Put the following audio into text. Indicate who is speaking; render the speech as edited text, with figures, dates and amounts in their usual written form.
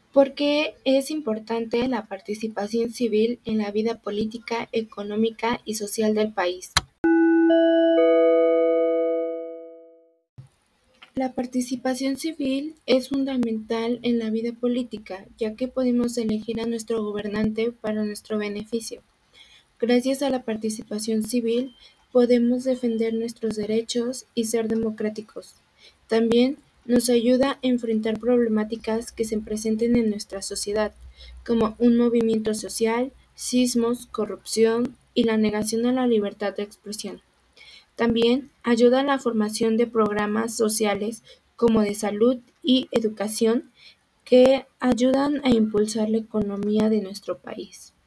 Speaker 1: ¿Por qué es importante la participación civil en la vida política, económica y social del país? La participación civil es fundamental en la vida política, ya que podemos elegir a nuestro gobernante para nuestro beneficio. Gracias a la participación civil, podemos defender nuestros derechos y ser democráticos. También nos ayuda a enfrentar problemáticas que se presenten en nuestra sociedad, como un movimiento social, sismos, corrupción y la negación a la libertad de expresión. También ayuda a la formación de programas sociales como de salud y educación que ayudan a impulsar la economía de nuestro país.